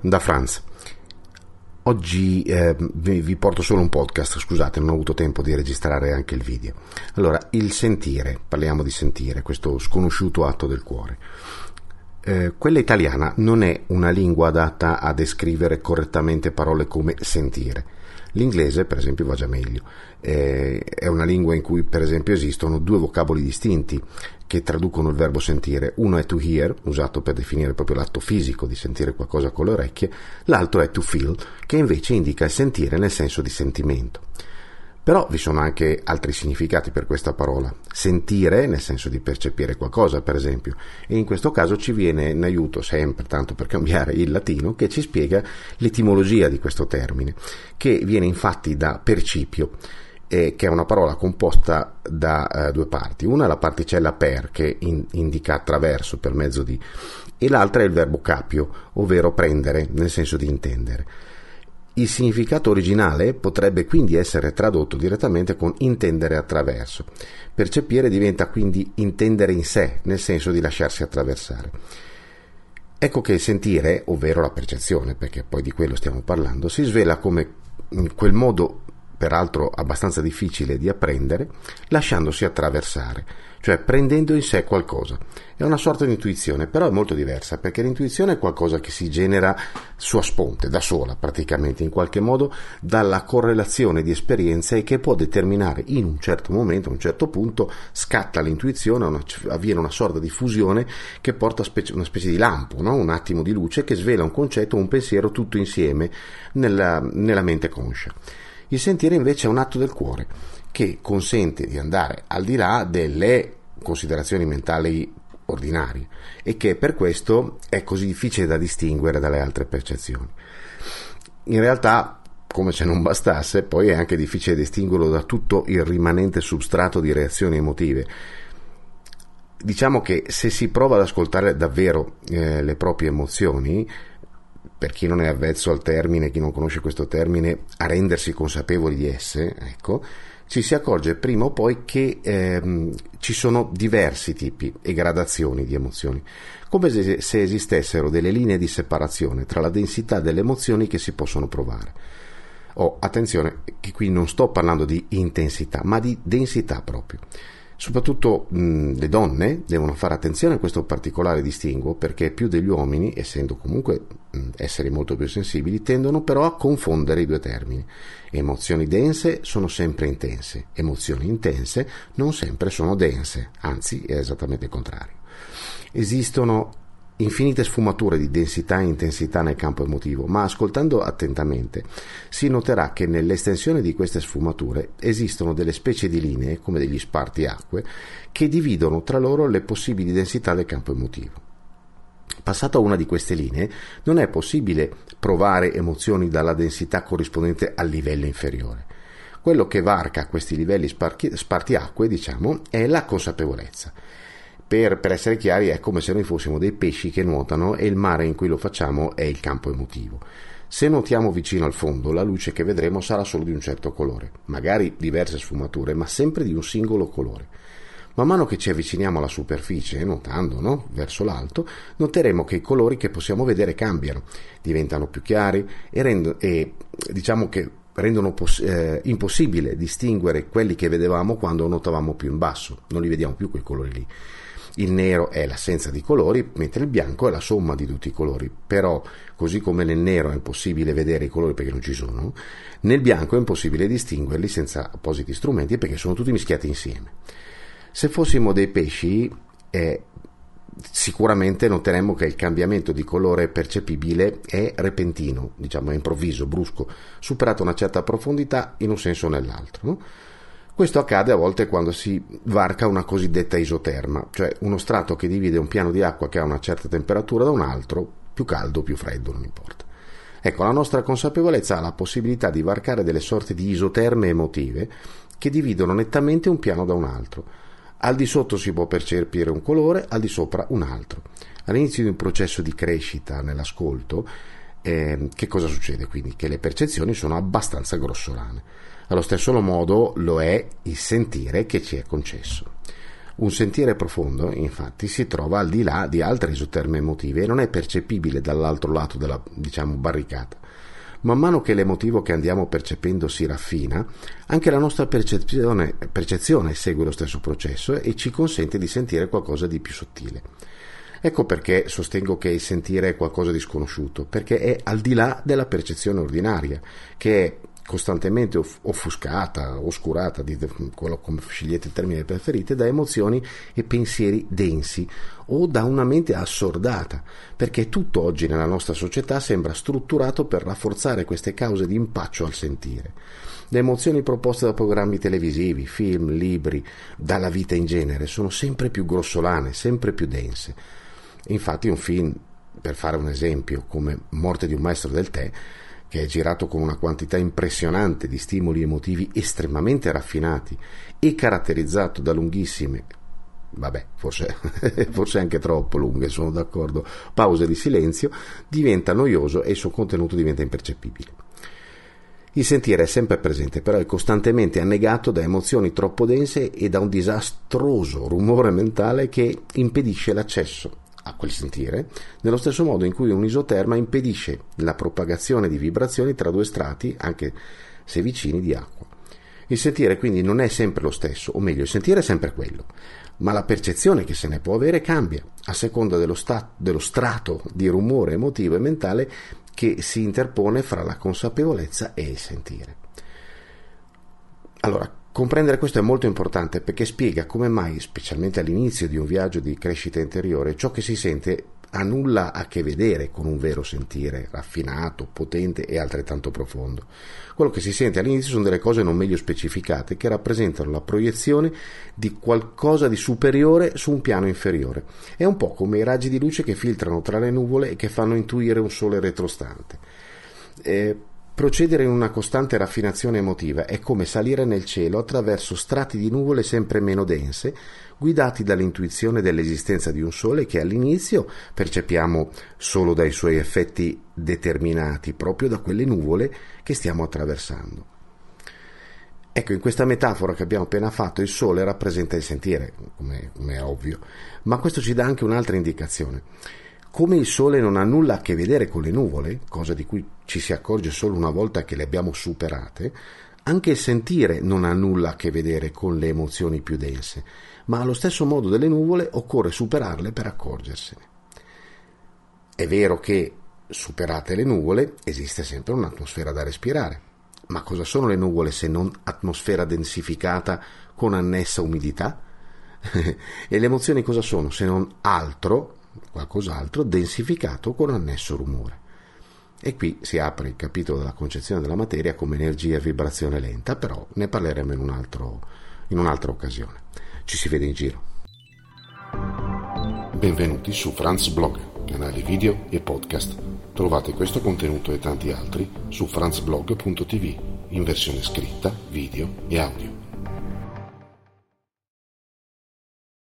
da Franz. Oggi vi porto solo un podcast, scusate, non ho avuto tempo di registrare anche il video. Allora, il sentire, parliamo di sentire, questo sconosciuto atto del cuore. Quella italiana non è una lingua adatta a descrivere correttamente parole come sentire. L'inglese, per esempio, va già meglio. È una lingua in cui, per esempio, esistono due vocaboli distinti che traducono il verbo sentire. Uno è to hear, usato per definire proprio l'atto fisico di sentire qualcosa con le orecchie, l'altro è to feel, che invece indica il sentire nel senso di sentimento. Però vi sono anche altri significati per questa parola. Sentire nel senso di percepire qualcosa, per esempio, e in questo caso ci viene in aiuto sempre, tanto per cambiare, il latino, che ci spiega l'etimologia di questo termine, che viene infatti da percipio, che è una parola composta da due parti. Una è la particella per, che indica attraverso, per mezzo di, e l'altra è il verbo capio, ovvero prendere, nel senso di intendere. Il significato originale potrebbe quindi essere tradotto direttamente con intendere attraverso. Percepire diventa quindi intendere in sé, nel senso di lasciarsi attraversare. Ecco che il sentire, ovvero la percezione, perché poi di quello stiamo parlando, si svela come in quel modo, peraltro abbastanza difficile di apprendere, lasciandosi attraversare, cioè prendendo in sé qualcosa. È una sorta di intuizione, però è molto diversa, perché l'intuizione è qualcosa che si genera sua sponte, da sola praticamente, in qualche modo, dalla correlazione di esperienze e che può determinare in un certo momento, a un certo punto, scatta l'intuizione, avviene una sorta di fusione che porta una specie di lampo, no? Un attimo di luce che svela un concetto o un pensiero tutto insieme nella mente conscia. Il sentire invece è un atto del cuore che consente di andare al di là delle considerazioni mentali ordinarie e che per questo è così difficile da distinguere dalle altre percezioni. In realtà, come se non bastasse, poi è anche difficile distinguerlo da tutto il rimanente substrato di reazioni emotive. Diciamo che se si prova ad ascoltare davvero le proprie emozioni, per chi non è avvezzo al termine, chi non conosce questo termine, a rendersi consapevoli di esse, ecco, ci si accorge prima o poi che ci sono diversi tipi e gradazioni di emozioni, come se esistessero delle linee di separazione tra la densità delle emozioni che si possono provare. Attenzione, che qui non sto parlando di intensità, ma di densità proprio. Soprattutto le donne devono fare attenzione a questo particolare distinguo, perché più degli uomini, essendo comunque esseri molto più sensibili, tendono però a confondere i due termini. Emozioni dense sono sempre intense, emozioni intense non sempre sono dense, anzi è esattamente il contrario. Esistono infinite sfumature di densità e intensità nel campo emotivo, ma ascoltando attentamente si noterà che nell'estensione di queste sfumature esistono delle specie di linee, come degli spartiacque, che dividono tra loro le possibili densità del campo emotivo. Passata una di queste linee, non è possibile provare emozioni dalla densità corrispondente al livello inferiore. Quello che varca questi livelli spartiacque, diciamo, è la consapevolezza. Per essere chiari, è come se noi fossimo dei pesci che nuotano e il mare in cui lo facciamo è il campo emotivo. Se nuotiamo vicino al fondo, la luce che vedremo sarà solo di un certo colore, magari diverse sfumature, ma sempre di un singolo colore. Man mano che ci avviciniamo alla superficie, nuotando, no? Verso l'alto, noteremo che i colori che possiamo vedere cambiano, diventano più chiari e diciamo che rendono impossibile distinguere quelli che vedevamo quando nuotavamo più in basso. Non li vediamo più quei colori lì. Il nero è l'assenza di colori, mentre il bianco è la somma di tutti i colori. Però, così come nel nero è impossibile vedere i colori perché non ci sono, nel bianco è impossibile distinguerli senza appositi strumenti perché sono tutti mischiati insieme. Se fossimo dei pesci, sicuramente noteremmo che il cambiamento di colore percepibile è repentino, diciamo è improvviso, brusco, superata una certa profondità in un senso o nell'altro, no? Questo accade a volte quando si varca una cosiddetta isoterma, cioè uno strato che divide un piano di acqua che ha una certa temperatura da un altro, più caldo o più freddo, non importa. Ecco, la nostra consapevolezza ha la possibilità di varcare delle sorte di isoterme emotive che dividono nettamente un piano da un altro. Al di sotto si può percepire un colore, al di sopra un altro. All'inizio di un processo di crescita nell'ascolto, che cosa succede quindi? Che le percezioni sono abbastanza grossolane. Allo stesso modo lo è il sentire che ci è concesso. Un sentire profondo, infatti, si trova al di là di altre isoterme emotive e non è percepibile dall'altro lato della, barricata. Man mano che l'emotivo che andiamo percependo si raffina, anche la nostra percezione segue lo stesso processo e ci consente di sentire qualcosa di più sottile. Ecco perché sostengo che il sentire è qualcosa di sconosciuto, perché è al di là della percezione ordinaria, che è costantemente offuscata, oscurata, quello come scegliete il termine preferite, da emozioni e pensieri densi o da una mente assordata, perché tutto oggi nella nostra società sembra strutturato per rafforzare queste cause di impaccio al sentire. Le emozioni proposte da programmi televisivi, film, libri, dalla vita in genere, sono sempre più grossolane, sempre più dense. Infatti un film, per fare un esempio, come Morte di un maestro del tè, che è girato con una quantità impressionante di stimoli emotivi estremamente raffinati e caratterizzato da lunghissime, forse anche troppo lunghe, sono d'accordo, pause di silenzio, diventa noioso e il suo contenuto diventa impercettibile. Il sentire è sempre presente, però è costantemente annegato da emozioni troppo dense e da un disastroso rumore mentale che impedisce l'accesso a quel sentire, nello stesso modo in cui un isoterma impedisce la propagazione di vibrazioni tra due strati, anche se vicini, di acqua. Il sentire quindi non è sempre lo stesso, o meglio, il sentire è sempre quello, ma la percezione che se ne può avere cambia a seconda dello strato di rumore emotivo e mentale che si interpone fra la consapevolezza e il sentire. Allora, comprendere questo è molto importante perché spiega come mai, specialmente all'inizio di un viaggio di crescita interiore, ciò che si sente ha nulla a che vedere con un vero sentire raffinato, potente e altrettanto profondo. Quello che si sente all'inizio sono delle cose non meglio specificate che rappresentano la proiezione di qualcosa di superiore su un piano inferiore. È un po' come i raggi di luce che filtrano tra le nuvole e che fanno intuire un sole retrostante. Procedere in una costante raffinazione emotiva è come salire nel cielo attraverso strati di nuvole sempre meno dense, guidati dall'intuizione dell'esistenza di un sole che all'inizio percepiamo solo dai suoi effetti determinati, proprio da quelle nuvole che stiamo attraversando. Ecco, in questa metafora che abbiamo appena fatto, il sole rappresenta il sentire, come è ovvio, ma questo ci dà anche un'altra indicazione. Come il sole non ha nulla a che vedere con le nuvole, cosa di cui ci si accorge solo una volta che le abbiamo superate, anche il sentire non ha nulla a che vedere con le emozioni più dense, ma allo stesso modo delle nuvole occorre superarle per accorgersene. È vero che, superate le nuvole, esiste sempre un'atmosfera da respirare, ma cosa sono le nuvole se non atmosfera densificata con annessa umidità? E le emozioni cosa sono se non qualcos'altro densificato con annesso rumore? E qui si apre il capitolo della concezione della materia come energia e vibrazione lenta, però ne parleremo in un'altra occasione. Ci si vede in giro. Benvenuti su Franz Blog, canale video e podcast. Trovate questo contenuto e tanti altri su franzblog.tv in versione scritta, video e audio.